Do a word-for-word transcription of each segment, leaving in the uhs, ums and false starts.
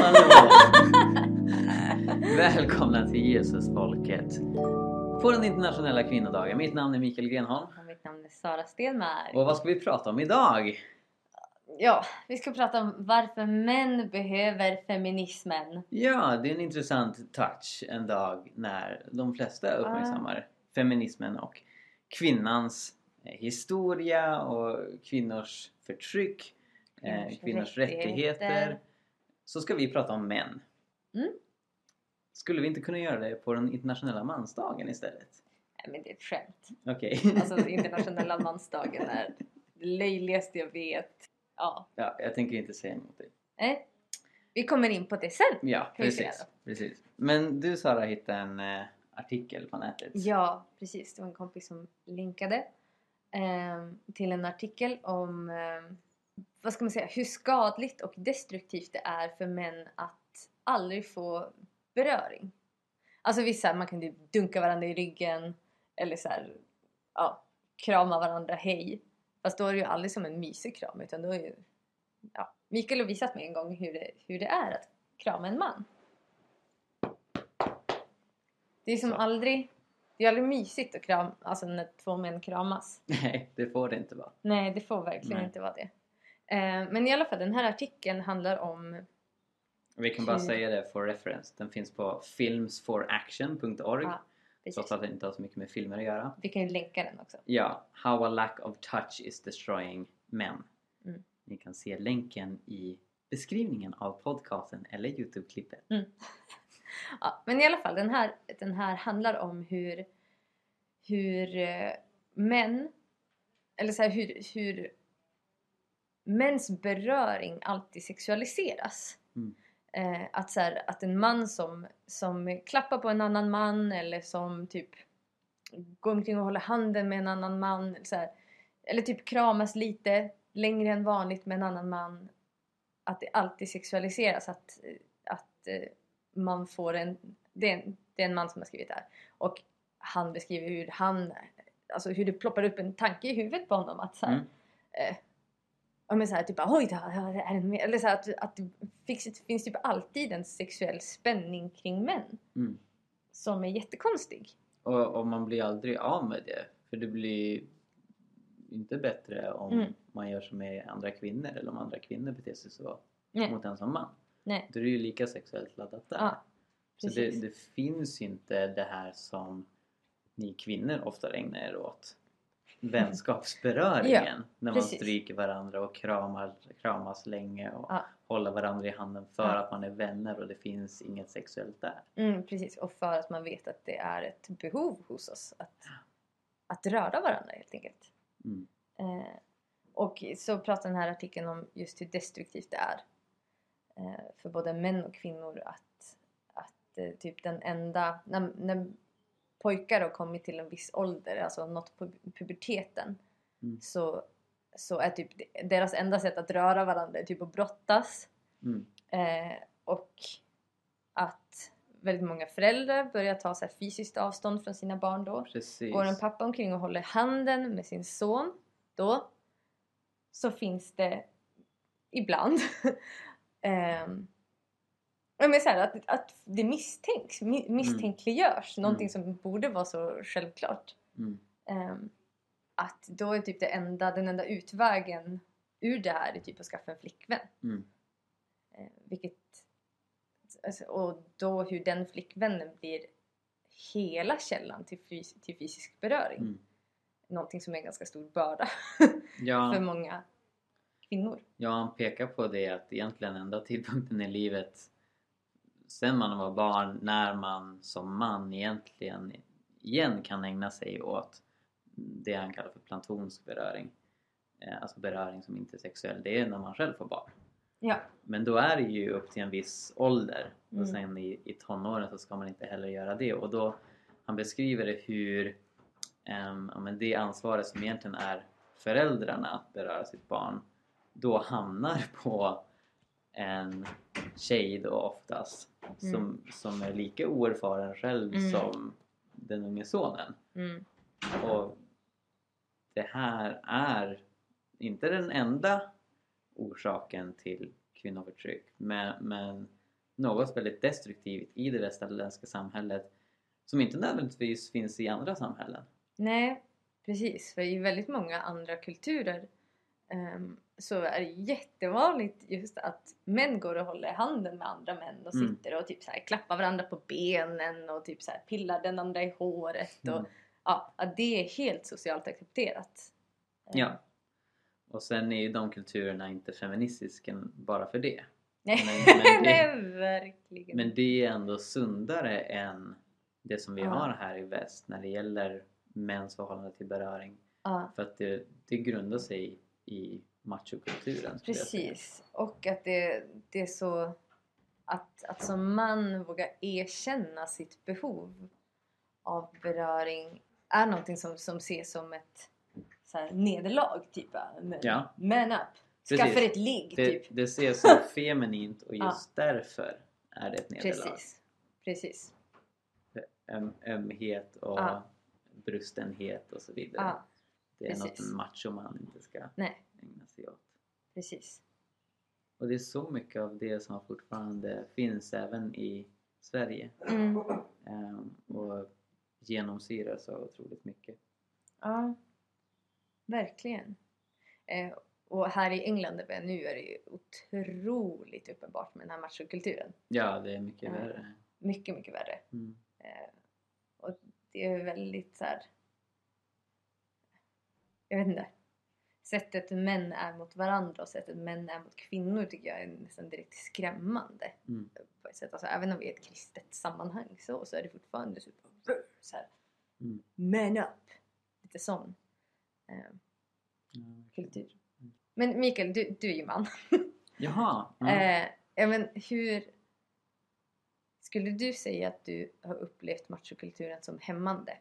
hallå! Välkomna till Jesusfolket på den internationella kvinnodagen. Mitt namn är Mikael Grenholm. Och mitt namn är Sara Stenmark. Och vad ska vi prata om idag? Ja, vi ska prata om varför män behöver feminismen. Ja, det är en intressant touch en dag när de flesta uppmärksammar uh. feminismen och kvinnans historia och kvinnors förtryck, kvinnors, eh, kvinnors rättigheter. rättigheter. Så ska vi prata om män. Mm. Skulle vi inte kunna göra det på den internationella mansdagen istället? Nej, men det är ett skämt. Okej. Okay. Alltså internationella mansdagen är det löjligaste jag vet. Ja. Ja, jag tänker inte säga emot dig. Nej. Vi kommer in på det sen. Ja, precis, precis. Men du, Sara, hittade en eh, artikel på nätet. Ja, precis. Det var en kompis som linkade eh, till en artikel om eh, vad ska man säga, hur skadligt och destruktivt det är för män att aldrig få beröring. Alltså vissa, man kan ju dunka varandra i ryggen eller så här, ja, krama varandra hej. Fast då är det ju aldrig som en mysig kram, utan då är ju, ja, Mikael har visat mig en gång hur det, hur det är att krama en man. Det är som så. aldrig, det är aldrig mysigt att krama, alltså när två män kramas. Nej, det får det inte vara. Nej, det får verkligen Nej. inte vara det. Eh, men i alla fall, den här artikeln handlar om... Vi kan bara säga det för reference. Den finns på films for action punkt org. Ja. Så att det inte har så mycket med filmer att göra. Vi kan ju länka den också. Ja, How a lack of touch is destroying men. Mm. Ni kan se länken i beskrivningen av podcasten eller YouTube-klippet. Mm. Ja, men i alla fall, den här, den här handlar om hur, hur uh, män, eller så här, hur, hur mäns beröring alltid sexualiseras. Mm. Eh, att, så här, att en man som, som klappar på en annan man eller som typ går omkring och håller handen med en annan man eller, så här, eller typ kramas lite längre än vanligt med en annan man, att det alltid sexualiseras, att, att eh, man får en det, är en det är en man som har skrivit det här, och han beskriver hur han, alltså hur det ploppar upp en tanke i huvudet på honom att så här, mm. eh, ja, men så här, typ, oj, det är en mer. Eller så här, att, att det finns, finns typ alltid en sexuell spänning kring män. Mm. Som är jättekonstig. Och, och man blir aldrig av med det. För det blir inte bättre om mm. man gör som med andra kvinnor. Eller om andra kvinnor beter sig så Nej. mot en som man. Nej. Då är det ju lika sexuellt laddat där. Ja, så det, det finns inte det här som ni kvinnor ofta ägnar er åt. Vänskapsberöringen. Ja, när man precis. stryker varandra och kramar, kramas länge och ja. håller varandra i handen för ja. att man är vänner och det finns inget sexuellt där. Mm, precis, och för att man vet att det är ett behov hos oss att, att röra varandra helt enkelt. Mm. Eh, och så pratar den här artikeln om just hur destruktivt det är eh, för både män och kvinnor att, att eh, typ den enda... När, när pojkar har kommit till en viss ålder, alltså nått på puberteten, mm. så, så är typ deras enda sätt att röra varandra typ att brottas. Mm. Eh, och att väldigt många föräldrar börjar ta så här fysiskt avstånd från sina barn då. Precis. Går en pappa omkring och håller handen med sin son då, så finns det ibland eh, men så här, att, att det misstänks, misstänkliggörs, mm. någonting som borde vara så självklart. Mm. Um, att då är typ det enda, den enda utvägen ur det här är typ att skaffa en flickvän. Mm. Uh, vilket, alltså, och då hur den flickvännen blir hela källan till, fys- till fysisk beröring. Mm. Någonting som är en ganska stor börda ja. för många kvinnor. Ja, han pekar på det att egentligen enda tidpunkten i livet sen man var barn, när man som man egentligen igen kan ägna sig åt det han kallar för platonsk beröring. Alltså beröring som inte är sexuell. Det är när man själv får barn. Ja. Men då är det ju upp till en viss ålder. Mm. Och sen i, i tonåren så ska man inte heller göra det. Och då, han beskriver det hur um, ja, men det ansvaret som egentligen är föräldrarna att beröra sitt barn, då hamnar på en tjej då oftast mm. som, som är lika oerfaren själv mm. som den unge sonen. Mm. Och det här är inte den enda orsaken till kvinnoförtryck, men, men något väldigt destruktivt i det västerländska samhället som inte nödvändigtvis finns i andra samhällen. Nej, precis. För i väldigt många andra kulturer um, så är det jättevanligt just att män går och håller handen med andra män och Mm. sitter och typ så här klappar varandra på benen och typ så här pillar den andra i håret. Mm. Och, ja, att det är helt socialt accepterat. Ja. Och sen är ju de kulturerna inte feministiska bara för det. Nej, Men, men, Nej det, verkligen. men det är ändå sundare än det som vi Ja. har här i väst när det gäller mäns förhållande till beröring. Ja. För att det, det grundar sig i machokulturen. skulle jag säga. Precis. Och att det, det är så att, att som man vågar erkänna sitt behov av beröring är någonting som, som ses som ett så här, nederlag typ. Men, Ja. Man up. Precis. Skaffa ett ligg Det, typ. det ses som feminint och just Ja. därför är det ett nederlag. Precis. Precis. Öm, ömhet och Ja. brustenhet och så vidare. Ja. Det är precis. något en machoman inte ska Nej. ägna sig åt. Precis. Och det är så mycket av det som fortfarande finns även i Sverige. Mm. Ehm, och genomsyrar så otroligt mycket. Ja. Verkligen. Eh, och här i England där vi är nu är det ju otroligt uppenbart med den här machokulturen. Ja, det är mycket Ja. värre. Mycket, mycket värre. Mm. Eh, och det är väldigt så här. Jag vet inte. Sättet män är mot varandra och sättet män är mot kvinnor tycker jag är nästan direkt skrämmande. Mm. På ett sätt. Alltså, även om vi är ett kristet sammanhang så, så är det fortfarande så, så här. Mm. Man up. Lite sån eh, Ja. kultur. Men Mikael, du, du är ju man. Jaha! Ja. Eh, ja, men hur skulle du säga att du har upplevt machokulturen som hämmande?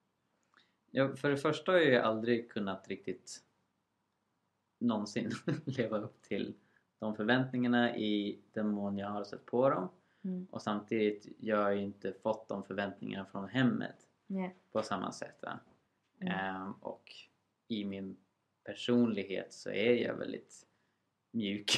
Ja, för det första har jag ju aldrig kunnat riktigt någonsin leva upp till de förväntningarna i den mån jag har sett på dem. Mm. Och samtidigt jag har jag inte fått de förväntningarna från hemmet Yeah. på samma sätt. Va? Mm. Ehm, och i min personlighet så är jag väldigt mjuk.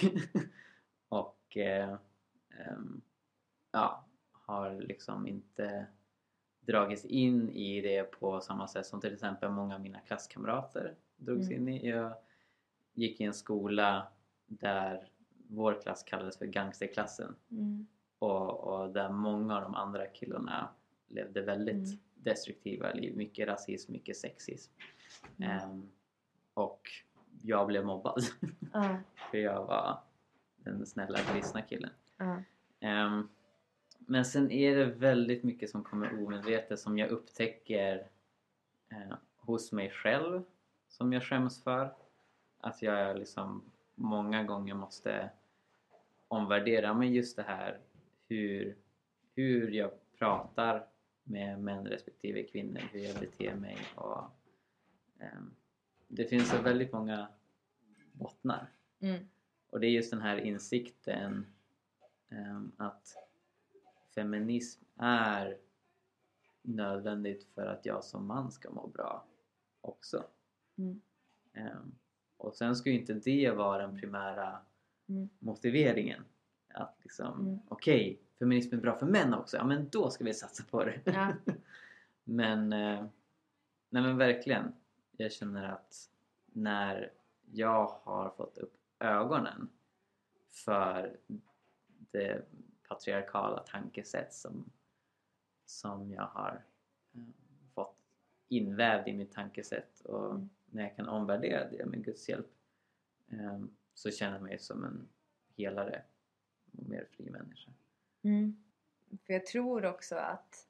och eh, ehm, ja, har liksom inte dragits in i det på samma sätt som till exempel många av mina klasskamrater drogs Mm. in i. Jag gick i en skola där vår klass kallades för gangsterklassen. Mm. Och, och där många av de andra killarna levde väldigt Mm. destruktiva liv. Mycket rasism, mycket sexism. Mm. Ehm, och jag blev mobbad. Ja. För jag var den snälla kristna killen. Ja. Ehm, men sen är det väldigt mycket som kommer omedvetet som jag upptäcker eh, hos mig själv. Som jag skäms för. Att jag liksom många gånger måste omvärdera. Men just det här hur, hur jag pratar med män respektive kvinnor. Hur jag beter mig. Och, ehm, det finns så väldigt många bottnar. Mm. Och det är just den här insikten um, att feminism är nödvändigt för att jag som man ska må bra också. Mm. Um, och sen ska ju inte det vara den primära Mm. motiveringen. Att liksom, Mm. okej, okay, feminism är bra för män också. Ja, men då ska vi satsa på det. Ja. men, uh, nej men verkligen. Jag känner att när jag har fått upp ögonen för det patriarkala tankesätt som, som jag har eh, fått invävd i mitt tankesätt och Mm. när jag kan omvärdera det med Guds hjälp eh, så känner jag mig som en helare och mer fri människa. Mm. För jag tror också att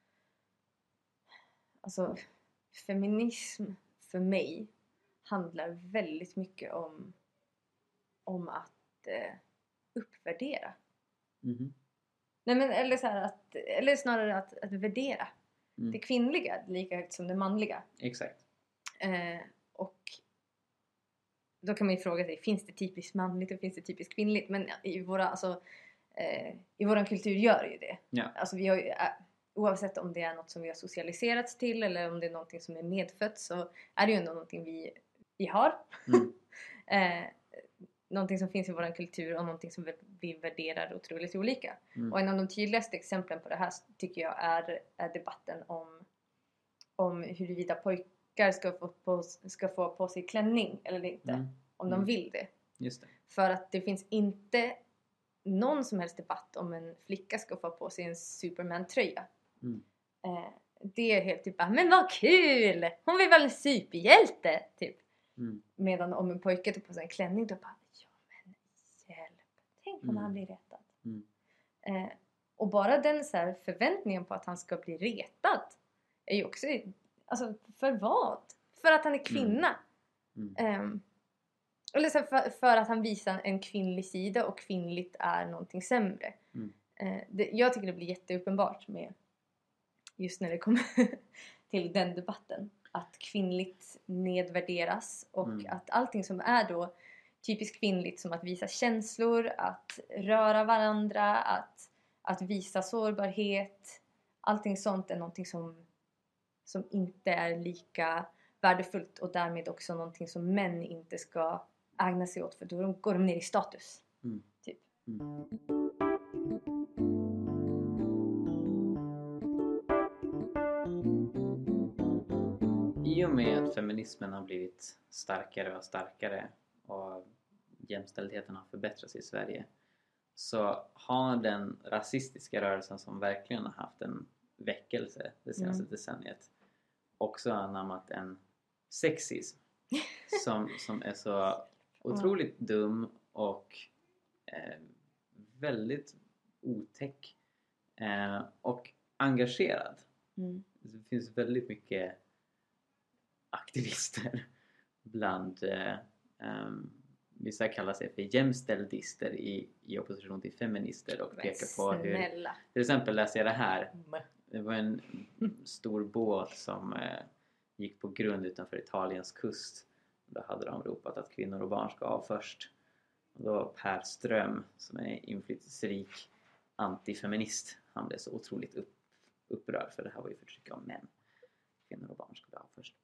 alltså feminism för mig handlar väldigt mycket om om att eh, uppvärdera. Mm-hmm. Nej men eller så här att eller snarare att, att värdera Mm. det kvinnliga lika högt som det manliga. Exakt. Eh, och då kan man ju fråga sig, finns det typiskt manligt och finns det typiskt kvinnligt? Men i våra alltså eh, i våran kultur gör det ju det. Ja. Alltså vi har ju, äh, oavsett om det är något som vi har socialiserats till eller om det är någonting som är medfött så är det ju ändå någonting vi, vi har. Mm. eh, någonting som finns i vår kultur och någonting som vi, vi värderar otroligt olika. Mm. Och en av de tydligaste exemplen på det här tycker jag är, är debatten om, om huruvida pojkar ska få, på, ska få på sig klänning eller inte. Mm. Om de Mm. vill det. Just det. För att det finns inte någon som helst debatt om en flicka ska få på sig en Superman-tröja. Mm. Eh, det är helt typ, men vad kul! Hon vill väl en superhjälte, typ. Mm. Medan om en pojke tar på sig en klänning, då bara, ja men hjälp. Tänk om Mm. han blir retad. Mm. Eh, och bara den så här förväntningen på att han ska bli retad är ju också, alltså för vad? För att han är kvinna. Mm. Eh, eller så här, för, för att han visar en kvinnlig sida och kvinnligt är någonting sämre. Mm. Eh, det, jag tycker det blir jätteuppenbart med just när det kommer till den debatten. Att kvinnligt nedvärderas och Mm. att allting som är då typiskt kvinnligt, som att visa känslor, att röra varandra, att, att visa sårbarhet, allting sånt är någonting som, som inte är lika värdefullt och därmed också någonting som män inte ska ägna sig åt, för då går de ner i status. Mm. Typ. Mm. I och med att feminismen har blivit starkare och starkare och jämställdheten har förbättrats i Sverige, så har den rasistiska rörelsen, som verkligen har haft en väckelse det senaste Mm. decenniet, också anammat en sexism som, som är så otroligt dum och eh, väldigt otäck eh, och engagerad. Mm. Det finns väldigt mycket aktivister bland eh, um, vissa kallar sig för jämställdister i, i opposition till feminister och Men pekar på hur, snälla. till exempel läser jag det här, Mm. det var en stor båt som eh, gick på grund utanför Italiens kust. Då hade de ropat att kvinnor och barn ska av först. Och då Per Ström, som är inflytelserik antifeminist, han blev så otroligt upp, upprörd, för det här var ju förtryck av män. Kvinnor och barn skulle av först.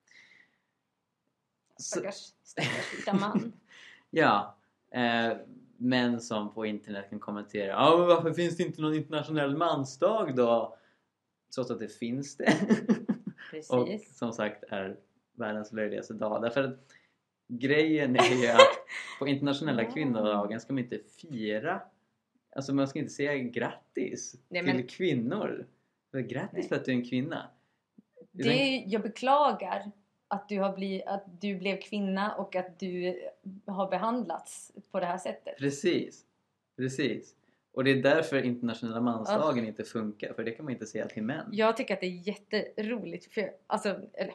Stackars, stackars vita man. Ja, eh, män som på internet kan kommentera, ja, men varför finns det inte någon internationell mansdag då? Trots att det finns det. Precis. Och som sagt är världens löjligaste dag. Därför att grejen är ju att på internationella Ja. kvinnodagen ska man inte fira, alltså man ska inte säga grattis Nej, till men- kvinnor. För grattis Nej. för att du är en kvinna. Det är, jag beklagar att du, har blivit, att du blev kvinna och att du har behandlats på det här sättet. Precis, precis. Och det är därför internationella mansdagen inte funkar. För det kan man inte säga till män. Jag tycker att det är jätteroligt. För, alltså, eller,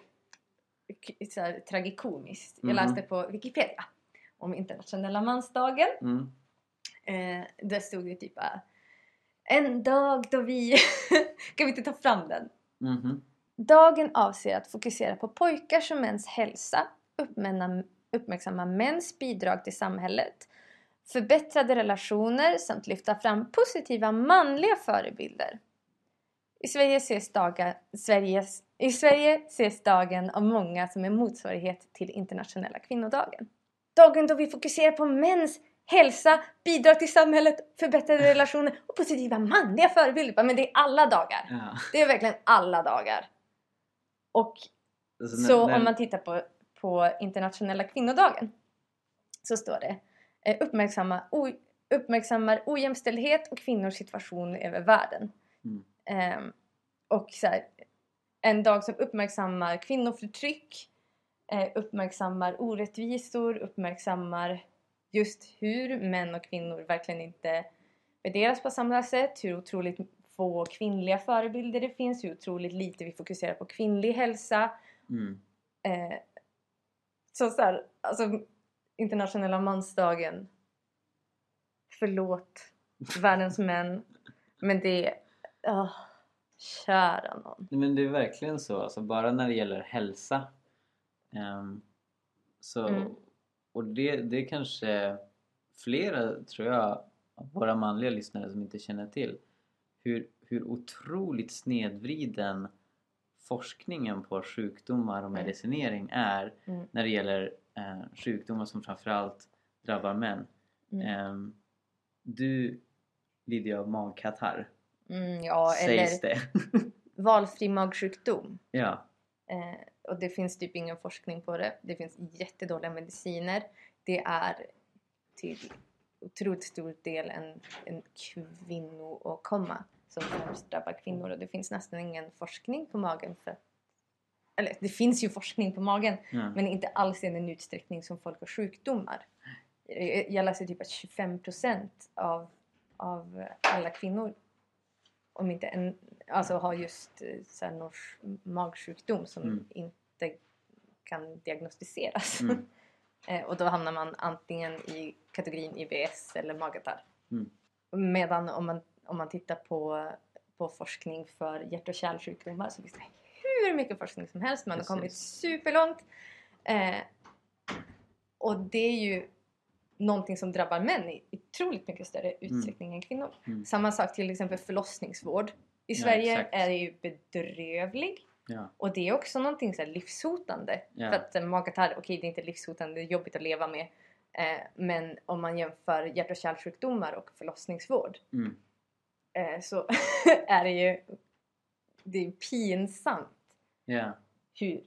så här, tragikomiskt. Jag Mhm. läste på Wikipedia om internationella mansdagen. Mm. Eh, där stod det typ bara, en dag då vi... kan vi inte ta fram den? Mhm. Dagen avser att fokusera på pojkars och mäns hälsa, uppmärksamma, uppmärksamma mäns bidrag till samhället, förbättrade relationer samt lyfta fram positiva manliga förebilder. I Sverige ses, dagar, Sveriges, I Sverige ses dagen av många som en motsvarighet till internationella kvinnodagen. Dagen då vi fokuserar på mäns hälsa, bidrag till samhället, förbättrade relationer och positiva manliga förebilder. Men det är alla dagar. Ja. Det är verkligen alla dagar. Och Alltså, så när- när- om man tittar på, på internationella kvinnodagen så står det eh, uppmärksamma, o, uppmärksammar ojämställdhet och kvinnors situation över världen. Mm. Ehm, och så här, en dag som uppmärksammar kvinnoförtryck, eh, uppmärksammar orättvisor, uppmärksammar just hur män och kvinnor verkligen inte värderas på samma sätt, hur otroligt få kvinnliga förebilder det finns, hur otroligt lite vi fokuserar på kvinnlig hälsa. Mm. Eh, så så här, alltså internationella mansdagen, förlåt världens män, men det är, oh, kära någon. Men det är verkligen så. Alltså, bara när det gäller hälsa. ehm, så, Mm. Och det, det är kanske flera, tror jag, av våra manliga lyssnare som inte känner till. Hur, hur otroligt snedvriden forskningen på sjukdomar och Mm. medicinering är Mm. när det gäller eh, sjukdomar som framförallt drabbar män. Mm. Um, du lider ju av magkatarr. Mm, ja, Sägs eller det. valfri magsjukdom. Ja. Eh, och det finns typ ingen forskning på det. Det finns jättedåliga mediciner. Det är till otroligt stor del en, en kvinnoåkomma som främst drabbar kvinnor. Och det finns nästan ingen forskning på magen. För, eller det finns ju forskning på magen. Ja. Men inte alls i en utsträckning som folk har sjukdomar. Jag, jag läser typ att tjugofem procent av, av alla kvinnor om inte en, alltså har just så här, någon magsjukdom som mm. inte kan diagnostiseras. Mm. eh, och då hamnar man antingen i kategorin I B S eller magkatarr. Mm. Medan om man, om man tittar på, på forskning för hjärt- och kärlsjukdomar så finns det hur mycket forskning som helst. Man Precis. har kommit superlångt. Eh, och det är ju någonting som drabbar män i otroligt mycket större utsträckning mm. än kvinnor. Mm. Samma sak till exempel förlossningsvård. I ja, Sverige exakt. är det ju bedrövlig. Ja. Och det är också någonting så här livshotande. Ja. För att magkatarr, okej okay, det är inte livshotande, det är jobbigt att leva med. Eh, men om man jämför hjärt- och kärlsjukdomar och förlossningsvård. Mm. Eh, så är det ju det är pinsamt. Ja. Hur,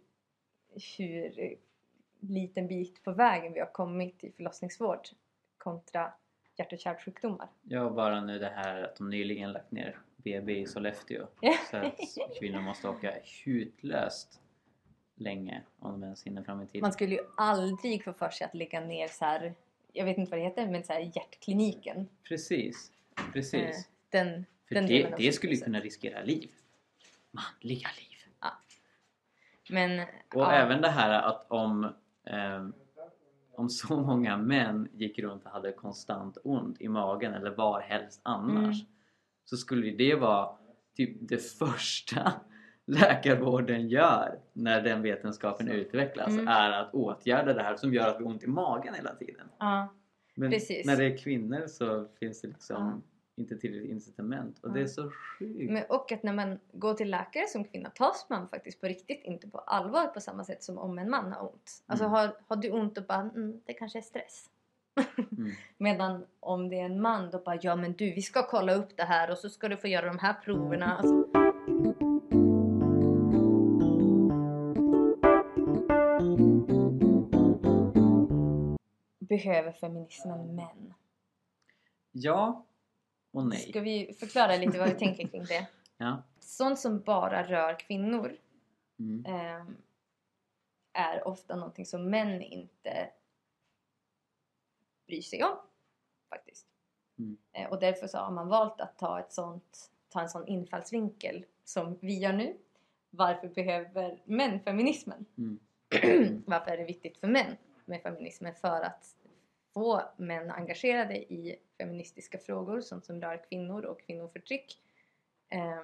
hur liten bit på vägen vi har kommit i förlossningsvård kontra hjärt- och kärlsjukdomar. Ja, bara nu det här att de nyligen lagt ner B B i Sollefteå. Så att kvinnor måste åka hutlöst länge om de ens hinner fram i tiden. Man skulle ju aldrig få för sig att lägga ner så här, jag vet inte vad det heter, men så här hjärtkliniken. Precis, precis. Eh, den, för den det, det skulle ju kunna riskera liv. Manliga liv. Ja. Men, och ja. även det här att om eh, om så många män gick runt och hade konstant ont i magen eller var helst annars, mm. så skulle det vara typ det första läkarvården gör när den vetenskapen så. utvecklas mm. är att åtgärda det här som gör att vi har ont i magen hela tiden. Ja, men precis. När det är kvinnor så finns det liksom ja. inte tillräckligt incitament och ja. det är så sjukt. Men, och att när man går till läkare som kvinna tas man faktiskt på riktigt inte på allvar på samma sätt som om en man har ont. Alltså mm. har, har du ont och bara, mm, det kanske är stress. Mm. Medan om det är en man då bara, ja men du vi ska kolla upp det här och så ska du få göra de här proverna. Alltså. Behöver feminismen män? Ja och nej. Ska vi förklara lite vad vi tänker kring det? Ja. Sånt som bara rör kvinnor mm. eh, är ofta någonting som män inte bryr sig om faktiskt. Mm. Eh, och därför så har man valt att ta, ett sånt, ta en sån infallsvinkel som vi gör nu. Varför behöver män feminismen? Mm. Varför är det viktigt för män med feminismen? För att få män engagerade i feministiska frågor, sånt som rör kvinnor och kvinnoförtryck, eh,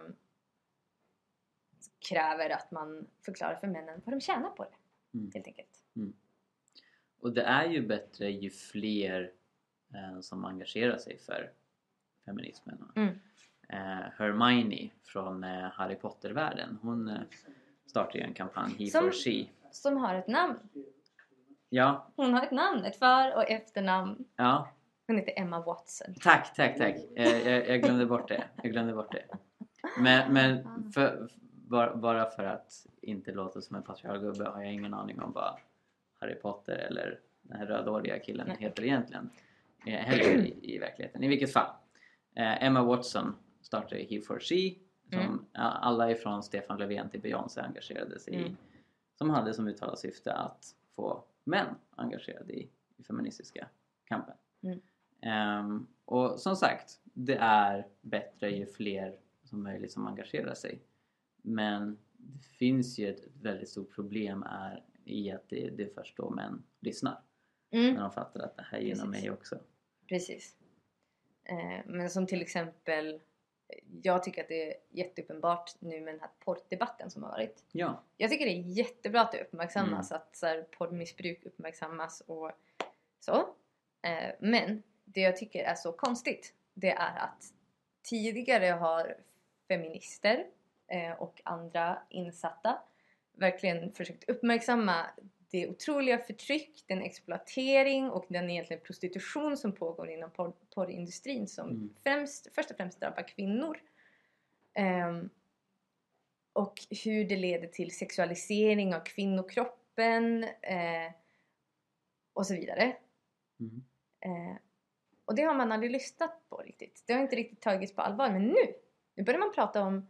kräver att man förklarar för männen vad de tjänar på det, mm. helt enkelt. Mm. Och det är ju bättre ju fler eh, som engagerar sig för feminismen. Mm. Eh, Hermione från eh, Harry Potter-världen, hon eh, startade ju en kampanj, He som, for She. Som har ett namn. Ja. Hon har ett namn, ett för- och efternamn. Ja. Hon heter Emma Watson. Tack, tack, tack. Jag, jag, jag glömde bort det. Jag glömde bort det. Men, men för, bara, bara för att inte låta som en patriarkgubbe har jag ingen aning om vad Harry Potter eller den här rödhåriga killen Nej. heter egentligen. Heller i, i verkligheten. I vilket fall. Eh, Emma Watson startade He for She. Som mm. alla ifrån Stefan Löfven till Beyoncé engagerade sig mm. i. Som hade som uttalat syfte att få män engagerade i, i feministiska kampen. Mm. Um, och som sagt, det är bättre ju fler som möjligt som engagerar sig. Men det finns ju ett väldigt stort problem är i att det, det är först då män lyssnar. Mm. När de fattar att det här gynnar mig också. Precis. Eh, men som till exempel, jag tycker att det är jätteuppenbart nu med den här porrdebatten som har varit. Ja. Jag tycker det är jättebra att det uppmärksammas, mm. att så här, porrmissbruk uppmärksammas och så. Eh, men det jag tycker är så konstigt, det är att tidigare har feminister eh, och andra insatta verkligen försökt uppmärksamma det otroliga förtryck, den exploatering och den egentligen prostitution som pågår inom porr, porrindustrin som Mm. främst, först och främst drabbar kvinnor. Um, och hur det leder till sexualisering av kvinnokroppen eh, och så vidare. Mm. Eh, och det har man aldrig lyssnat på riktigt. Det har inte riktigt tagits på allvar. Men nu, nu börjar man prata om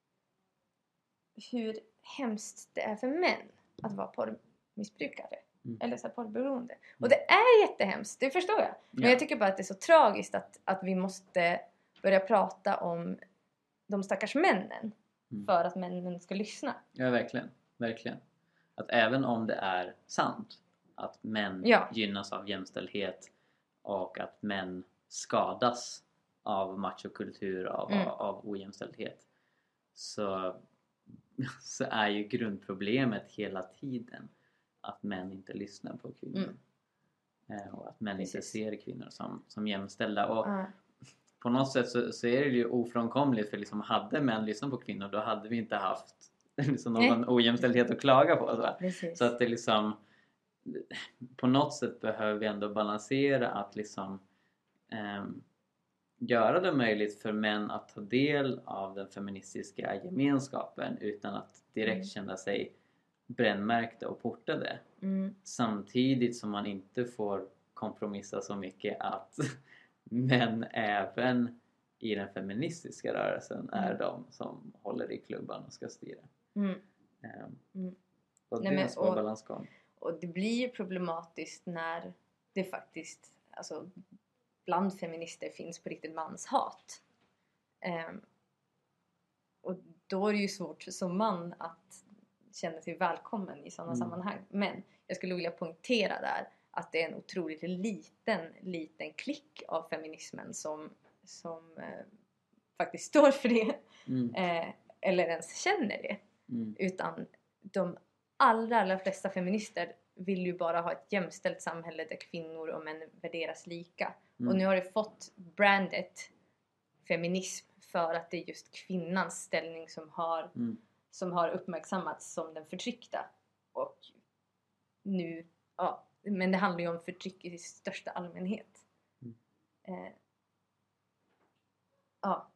hur hemskt det är för män att vara porrmissbrukare. Mm. Eller så här porrberoende. Och det är jättehemskt, det förstår jag. Men Ja. jag tycker bara att det är så tragiskt att, att vi måste börja prata om de stackars männen. Mm. För att männen ska lyssna. Ja, verkligen. Verkligen. Att även om det är sant att män Ja. gynnas av jämställdhet och att män skadas av machokultur, av, Mm. av ojämställdhet, så, så är ju grundproblemet hela tiden att män inte lyssnar på kvinnor. Mm. Eh, och att män Precis. inte ser kvinnor som, som jämställda. Och Ja. på något sätt så, så är det ju ofrånkomligt, för liksom hade män lyssnat på kvinnor, då hade vi inte haft liksom någon Nej. ojämställdhet att klaga på. Så, Precis. så att det liksom på något sätt behöver vi ändå balansera att liksom ehm, göra det möjligt för män att ta del av den feministiska gemenskapen utan att direkt Mm. känna sig brännmärkta och portade. Mm. Samtidigt som man inte får kompromissa så mycket att män även i den feministiska rörelsen är Mm. de som håller i klubban och ska styra. Mm. Ehm, Mm. och det Nej, är men- en svår och- balansgång. Och det blir ju problematiskt när det faktiskt, alltså bland feminister finns på riktigt manshat. Ehm, och då är det ju svårt som man att känna sig välkommen i sådana Mm. sammanhang. Men jag skulle vilja poängtera där att det är en otroligt liten, liten klick av feminismen som, som eh, faktiskt står för det. Mm. Eh, eller ens känner det. Mm. Utan de allra, allra flesta feminister vill ju bara ha ett jämställt samhälle där kvinnor och män värderas lika. Mm. Och nu har det fått brandet feminism för att det är just kvinnans ställning som har, Mm. som har uppmärksammats som den förtryckta. Och nu, ja, men det handlar ju om förtryck i största allmänhet. Mm. Eh, ja.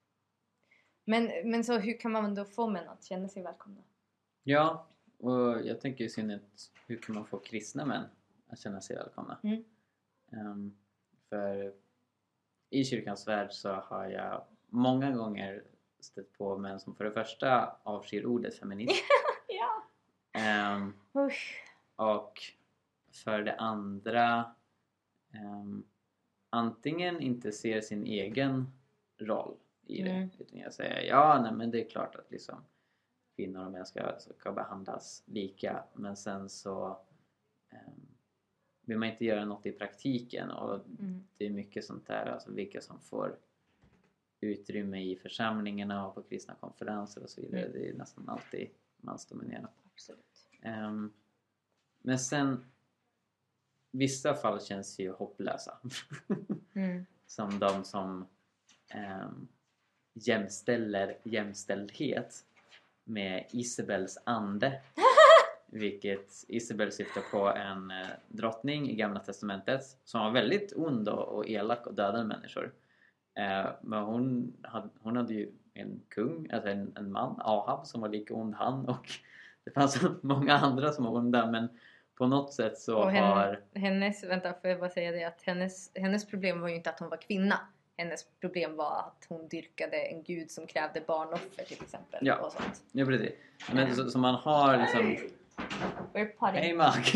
Men, men så hur kan man då få män att känna sig välkomna? Ja, och jag tänker i synnerhet, hur kan man få kristna män att känna sig välkomna? Mm. Ehm, för i kyrkans värld så har jag många gånger stött på män som för det första avskyr ordet feminism. Ja. Ehm, Usch. och för det andra ehm, antingen inte ser sin egen roll i det. Mm. Utan jag säger, ja nej, men det är klart att liksom kvinnor och män ska, ska behandlas lika. Men sen så um, vill man inte göra något i praktiken. Och Mm. det är mycket sånt där, alltså vilka som får utrymme i församlingarna och på kristna konferenser och så vidare. Mm. Det är nästan alltid mansdominerat. Absolut. Um, men sen vissa fall känns ju hopplösa. Mm. Som de som um, jämställer jämställdhet med Isabels ande. Vilket Isabel syftar på en eh, drottning i Gamla testamentet som var väldigt ond och, och elak och dödade människor. Eh, men hon hade, hon hade ju en kung, alltså en, en man, Ahab, som var lika ond han, och det fanns många andra som var onda, men på något sätt så Och henne, har... hennes, vänta får jag bara säga det, att hennes, hennes problem var ju inte att hon var kvinna. Hennes problem var att hon dyrkade en gud som krävde barnoffer till exempel. Ja. Och sånt. Ja, precis. Men så, så man har liksom... We're potting. Hej Mark!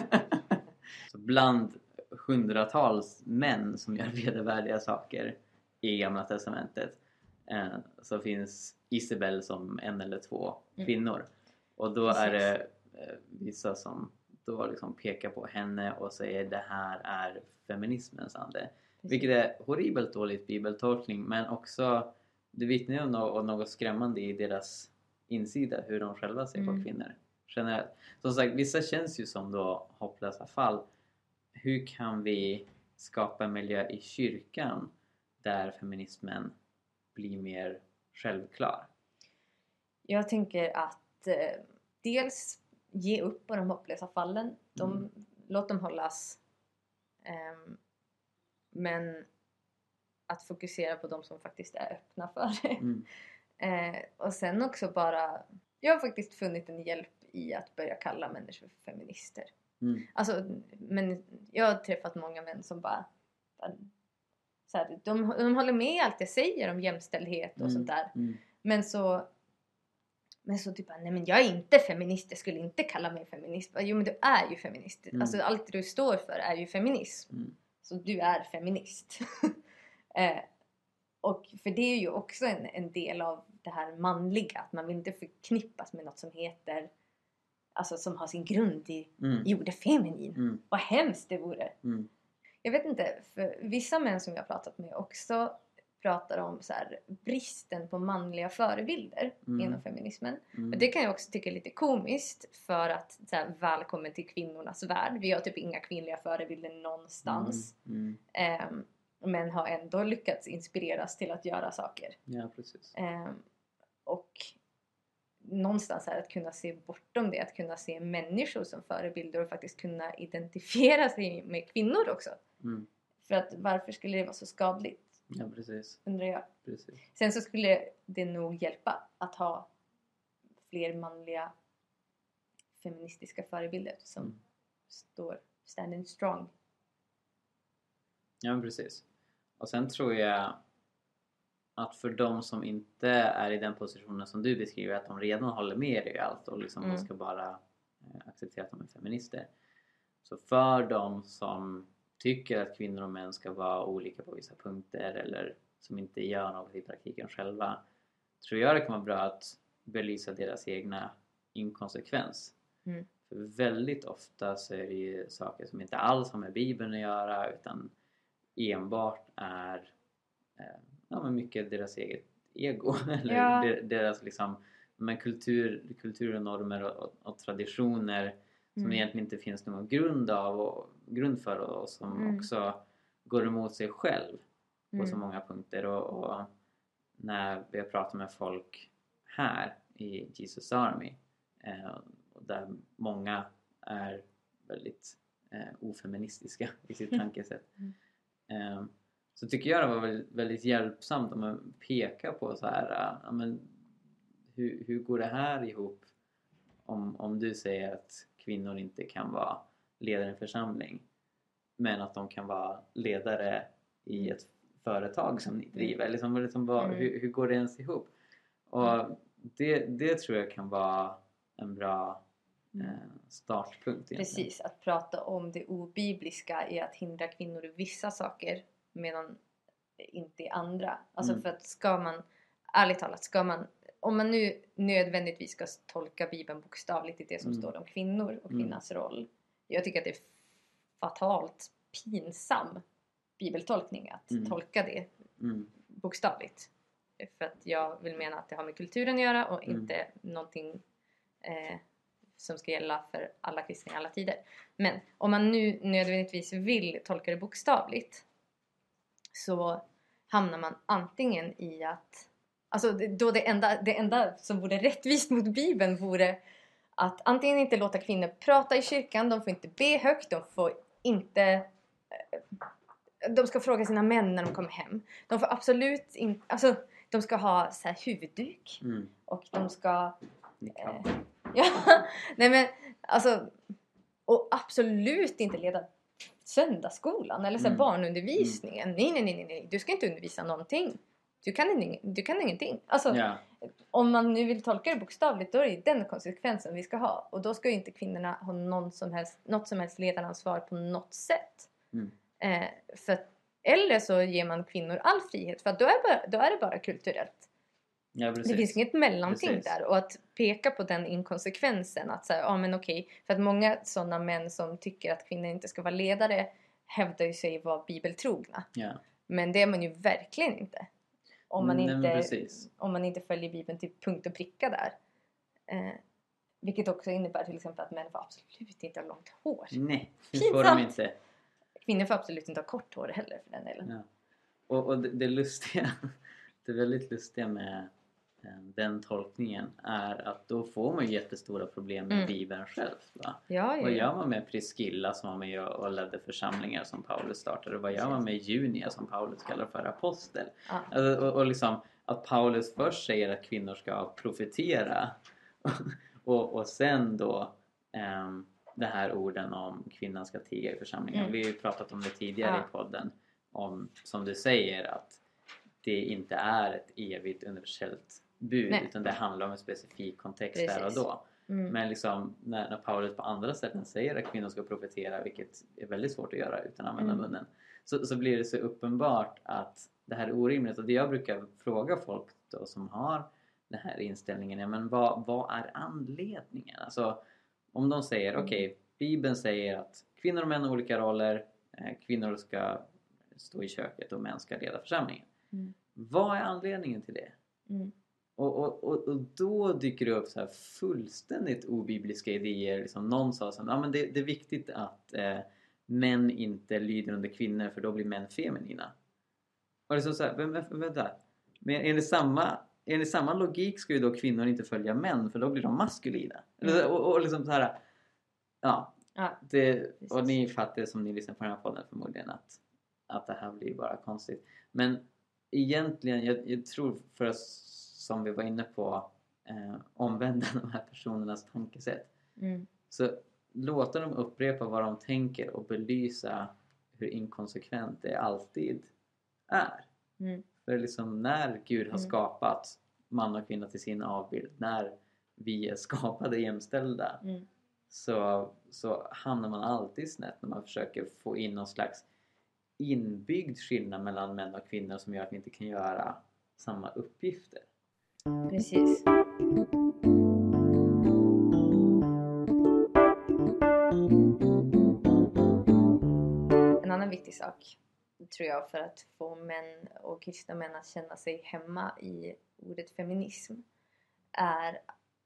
Så bland hundratals män som gör vedervärdiga saker i Gamla testamentet eh, så finns Isabel som en eller två Mm. kvinnor. Och då Precis. är det eh, vissa som då liksom pekar på henne och säger det här är feminismens ande. Vilket är horribelt dåligt bibeltolkning, men också det vittnar om något, om något skrämmande i deras insida, hur de själva ser Mm. på kvinnor generellt. Som sagt, vissa känns ju som då hopplösa fall. Hur kan vi skapa en miljö i kyrkan där feminismen blir mer självklar? Jag tänker att eh, dels ge upp på de hopplösa fallen. De, Mm. Låt dem hållas. Um, men att fokusera på de som faktiskt är öppna för det. Mm. Eh, och sen också bara... Jag har faktiskt funnit en hjälp i att börja kalla människor för feminister. Mm. Alltså, men jag har träffat många män som bara... bara så här, de, de håller med allt jag säger om jämställdhet och Mm. sånt där. Mm. Men så... Men så typ, nej men jag är inte feminist, jag skulle inte kalla mig feminist. Jo men du är ju feminist. Mm. Alltså allt du står för är ju feminism. Mm. Så du är feminist. eh, och för det är ju också en, en del av det här manliga. Att man vill inte förknippas med något som heter, alltså som har sin grund i Mm. jo det feminin. Mm. Vad hemskt det vore. Mm. Jag vet inte, för vissa män som jag har pratat med också pratar om så här, bristen på manliga förebilder Mm. inom feminismen. Mm. Och det kan jag också tycka är lite komiskt för att så här, välkommen till kvinnornas värld. Vi har typ inga kvinnliga förebilder någonstans. Mm. Mm. Ehm, men har ändå lyckats inspireras till att göra saker. Ja, precis. Ehm, och någonstans är att kunna se bortom det. Att kunna se människor som förebilder och faktiskt kunna identifiera sig med kvinnor också. Mm. För att varför skulle det vara så skadligt? Ja, precis. Undrar jag. precis. Sen så skulle det nog hjälpa att ha fler manliga feministiska förebilder som Mm. står standing strong. Ja, men precis. Och sen tror jag att för de som inte är i den positionen som du beskriver, att de redan håller med dig i allt och liksom Mm. de ska bara eh, acceptera att de är feminister. Så för de som tycker att kvinnor och män ska vara olika på vissa punkter eller som inte gör något i praktiken själva, tror jag det kan vara bra att belysa deras egna inkonsekvens. Mm. För väldigt ofta så är det ju saker som inte alls har med Bibeln att göra utan enbart är eh, ja, men mycket deras eget ego eller Ja. de- deras liksom, men kultur, kultur och normer och, och, och traditioner som Mm. egentligen inte finns någon grund av och grund för och som Mm. också går emot sig själv på Mm. så många punkter och, och när vi har pratat med folk här i Jesus Army eh, och där många är väldigt eh, ofeministiska i sitt Mm. tankesätt Mm. eh, så tycker jag det var väldigt, väldigt hjälpsamt om man pekar på så här äh, ja, men, hur, hur går det här ihop om, om du säger att kvinnor inte kan vara ledare i en församling men att de kan vara ledare i ett företag som ni driver liksom, liksom, vad, Mm. hur, hur går det ens ihop och Mm. det, det tror jag kan vara en bra Mm. eh, startpunkt egentligen. Precis, att prata om det obibliska är att hindra kvinnor i vissa saker medan inte i andra. Alltså Mm. för att ska man, ärligt talat, ska man, om man nu nödvändigtvis ska tolka Bibeln bokstavligt i det som Mm. står om kvinnor och Mm. kvinnans roll. Jag tycker att det är fatalt pinsam bibeltolkning att Mm. tolka det Mm. bokstavligt. För att jag vill mena att det har med kulturen att göra och Mm. inte någonting eh, som ska gälla för alla kristna i alla tider. Men om man nu nödvändigtvis vill tolka det bokstavligt så hamnar man antingen i att, alltså då det enda, det enda som vore rättvist mot Bibeln vore att antingen inte låta kvinnor prata i kyrkan, de får inte be högt, de får inte eh, de ska fråga sina män när de kommer hem. De får absolut inte, alltså de ska ha så här huvudduk Mm. och de ska Niqab. eh, ja, nej men alltså och absolut inte leda söndagsskolan eller så här Mm. barnundervisningen. Nej, nej, nej, nej, du ska inte undervisa någonting. Du kan, ing- du kan ingenting. Alltså, Ja. om man nu vill tolka det bokstavligt, då är det den konsekvensen vi ska ha. Och då ska ju inte kvinnorna ha någon som helst, något som helst ledaransvar på något sätt. Mm. Eh, för att, eller så ger man kvinnor all frihet, för att då är, bara, då är det bara kulturellt. Ja, precis. Det finns inget mellanting Precis. där. Och att peka på den inkonsekvensen. Att säga, ja men okej. För att många sådana män som tycker att kvinnor inte ska vara ledare hävdar ju sig vara bibeltrogna. Ja. Men det är man ju verkligen inte. Om man, Nej, men inte, precis. om man inte följer Bibeln till punkt och pricka där. Eh, vilket också innebär till exempel att män får absolut inte ha långt hår. Nej, det Pinsamt. får de inte. Kvinnor får absolut inte ha kort hår heller för den delen. Ja. Och, och det, det lustiga, det väldigt lustiga med den tolkningen är att då får man ju jättestora problem med Mm. Bibeln själv. Va? Ja, ja, Vad ja. gör man med Priscilla som var med och ledde församlingar som Paulus startade? Vad gör man med Junia som Paulus kallar för apostel? Ja. Alltså, och, och liksom att Paulus först säger att kvinnor ska profetera och, och sen då um, det här orden om kvinnan ska tiga i församlingen. Mm. Vi har ju pratat om det tidigare Ja. i podden om, som du säger, att det inte är ett evigt universellt bud. Nej. Utan det handlar om en specifik kontext. Precis. Där och då. Mm. Men liksom när, när Paulus på andra ställen säger att kvinnor ska profetera, vilket är väldigt svårt att göra utan att använda mm. munnen, så, så blir det så uppenbart att det här är orimligt. Och det jag brukar fråga folk då som har den här inställningen är, men vad, vad är anledningen? Alltså om de säger, mm. okej, okay, Bibeln säger att kvinnor och män har olika roller, eh, kvinnor ska stå i köket och män ska leda församlingen. Mm. Vad är anledningen till det? Mm. Och, och, och, och då dyker det upp så här fullständigt obibliska idéer. Liksom någon sa så här, ja, men det, det är viktigt att eh, män inte lyder under kvinnor, för då blir män feminina. Och det är så, så här, vänta, vänta. Men enligt samma, enligt samma logik ska ju då kvinnor inte följa män, för då blir de maskulina. Mm. Och, och liksom så här, ja. ja det, och ni fattar som ni lyssnar på den här podden förmodligen att, att det här blir bara konstigt. Men egentligen, jag, jag tror för att, som vi var inne på, eh, omvända de här personernas tankesätt. Mm. Så låta dem upprepa vad de tänker och belysa hur inkonsekvent det alltid är. Mm. För liksom när Gud har mm. skapat man och kvinna till sin avbild, när vi är skapade jämställda, mm. så, så hamnar man alltid snett när man försöker få in någon slags inbyggd skillnad mellan män och kvinnor som gör att vi inte kan göra samma uppgifter. Precis. En annan viktig sak, tror jag, för att få män och kristna män att känna sig hemma i ordet feminism är...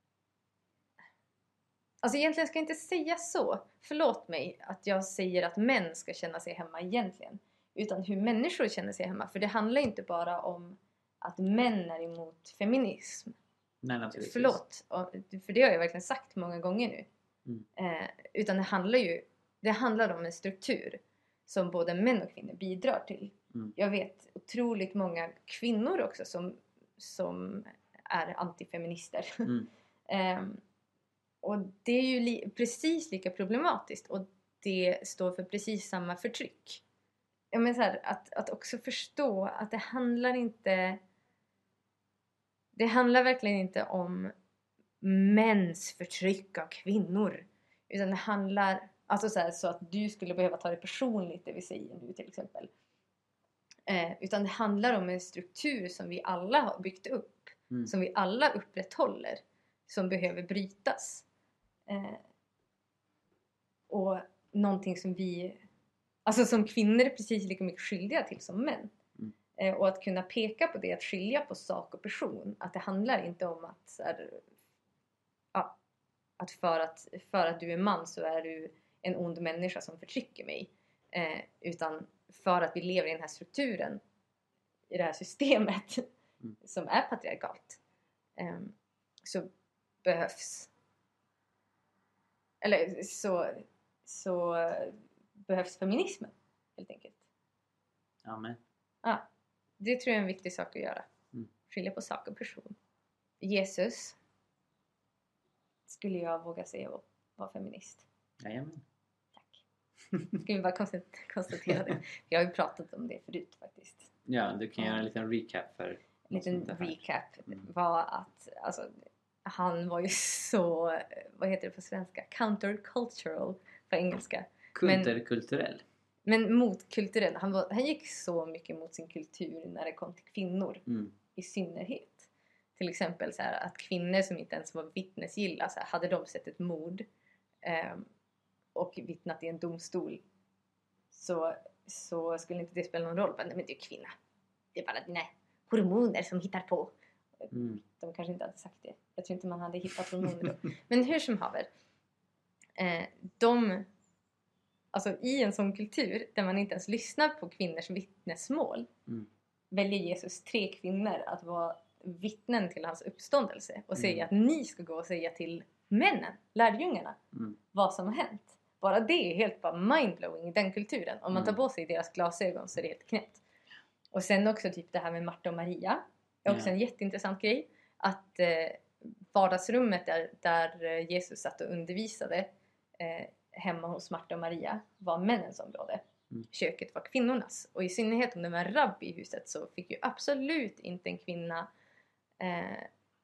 Alltså egentligen ska jag inte säga så. Förlåt mig att jag säger att män ska känna sig hemma egentligen. Utan hur människor känner sig hemma. För det handlar inte bara om att män är emot feminism. Nej, naturligtvis. Förlåt, för det har jag verkligen sagt många gånger nu. Mm. Eh, utan det handlar ju det handlar om en struktur som både män och kvinnor bidrar till. Mm. Jag vet otroligt många kvinnor också som, som är antifeminister. Mm. eh, och det är ju li- precis lika problematiskt. Och det står för precis samma förtryck. Jag menar så här, att, att också förstå att det handlar inte... Det handlar verkligen inte om mäns förtryck av kvinnor. Utan det handlar... Alltså så, här, så att du skulle behöva ta det personligt, det vi säger nu till exempel. Eh, utan det handlar om en struktur som vi alla har byggt upp. Mm. Som vi alla upprätthåller. Som behöver brytas. Eh, och någonting som vi... Alltså som kvinnor är precis lika mycket skyldiga till som män. Mm. Eh, och att kunna peka på det, att skilja på sak och person. Att det handlar inte om att... Så här, ja, att, för att för att du är man så är du en ond människa som förtrycker mig. Eh, utan för att vi lever i den här strukturen. I det här systemet. Mm. Som är patriarkalt. Eh, så behövs... Eller så... så behövs feminismen, helt enkelt. Amen. Ja, det tror jag är en viktig sak att göra. Mm. Skilja på sak och person. Jesus skulle jag våga säga var, var feminist. Jajamän. Tack. Ska vi bara konstatera det. Jag har ju pratat om det förut faktiskt. Ja, du kan göra en liten recap för... En liten recap mm. var att alltså, han var ju så, vad heter det på svenska? Countercultural på engelska. Kulturkulturell. Men, men motkulturell. Han, var, han gick så mycket mot sin kultur när det kom till kvinnor. Mm. I synnerhet. Till exempel så här, att kvinnor som inte ens var vittnesgilla. Så här, hade de sett ett mord. Eh, och vittnat i en domstol. Så, så skulle inte det spela någon roll. Men, men du är kvinna. Det är bara dina hormoner som hittar på. Mm. De kanske inte hade sagt det. Jag tror inte man hade hittat hormoner då. Men hur som haver. Eh, de... Alltså i en sån kultur där man inte ens lyssnar på kvinnors vittnesmål mm. väljer Jesus tre kvinnor att vara vittnen till hans uppståndelse och säger Mm. att ni ska gå och säga till männen, lärjungarna, Mm. vad som har hänt. Bara det är helt bara mindblowing i den kulturen. Om man tar Mm. på sig deras glasögon så är det helt knäppt. Och sen också typ det här med Marta och Maria. Det är också Ja. en jätteintressant grej. Att eh, vardagsrummet där, där Jesus satt och undervisade eh, hemma hos Marta och Maria var männens område. Mm. Köket var kvinnornas. Och i synnerhet om det var en rabbi i huset så fick ju absolut inte en kvinna eh,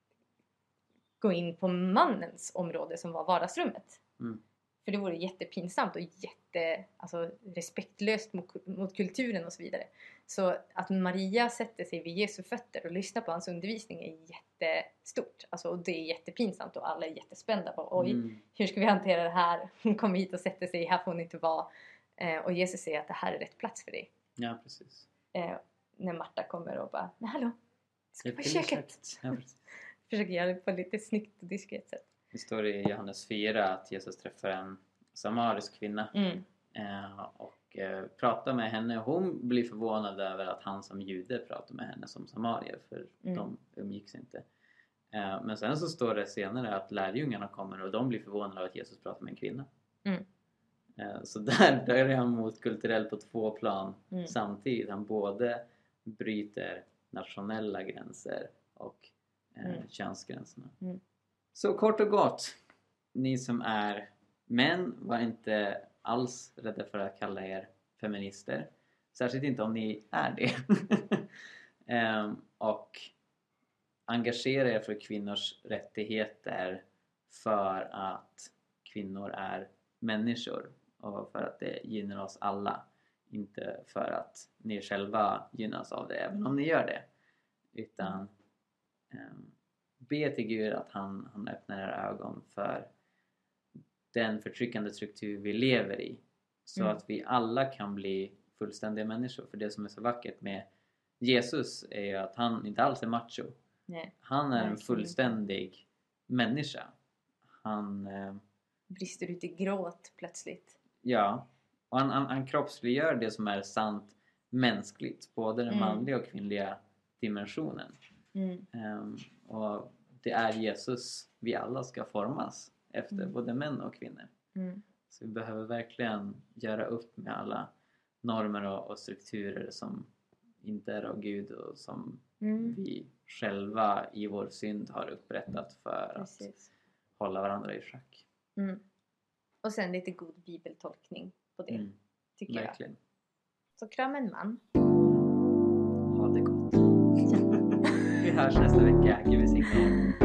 gå in på mannens område som var vardagsrummet. Mm. För det vore jättepinsamt och jätte, alltså, respektlöst mot, mot kulturen och så vidare. Så att Maria sätter sig vid Jesu fötter och lyssnar på hans undervisning är jättestort. Alltså, och det är jättepinsamt och alla är jättespända på oj, Mm. hur ska vi hantera det här? Hon kommer hit och sätter sig, här får hon inte vara. Eh, och Jesus säger att det här är rätt plats för dig. Ja, precis. Eh, när Marta kommer och bara, men hallå, ska vi Det på är köket? Ja, precis. Försöker göra det på ett lite snyggt och diskret sätt. Det står i Johannes fyra att Jesus träffar en samarisk kvinna Mm. eh, och eh, pratar med henne. Hon blir förvånad över att han som jude pratar med henne som samarier, för Mm. de umgicks inte. Eh, men sen så står det senare att lärjungarna kommer och de blir förvånade över att Jesus pratar med en kvinna. Mm. Eh, så där, där är han motkulturell på två plan Mm. samtidigt. Han både bryter nationella gränser och eh, Mm. könsgränserna. Mm. Så kort och gott, ni som är män, var inte alls rädda för att kalla er feminister. Särskilt inte om ni är det. Ehm, och engagera er för kvinnors rättigheter för att kvinnor är människor och för att det gynnar oss alla. Inte för att ni själva gynnas av det, även om ni gör det. Utan ehm, be till Gud att han, han öppnar era ögon för den förtryckande struktur vi lever i. Så Mm. att vi alla kan bli fullständiga människor. För det som är så vackert med Jesus är ju att han inte alls är macho. Nej. Han är en Verkligen. fullständig människa. Han, eh, Brister ut i gråt plötsligt. ja, och han, han, han kroppsliggör det som är sant mänskligt. Både den Mm. manliga och kvinnliga dimensionen. Mm. Ehm, och det är Jesus vi alla ska formas efter, Mm. både män och kvinnor. Mm. Så vi behöver verkligen göra upp med alla normer och, och strukturer som inte är av Gud och som Mm. vi själva i vår synd har upprättat för Precis. att hålla varandra i schack. Mm. Och sen lite god bibeltolkning på det, Mm, tycker jag. verkligen. Så kram en man. Ha det gott. Vi hörs nästa vecka. Gud välsigne er.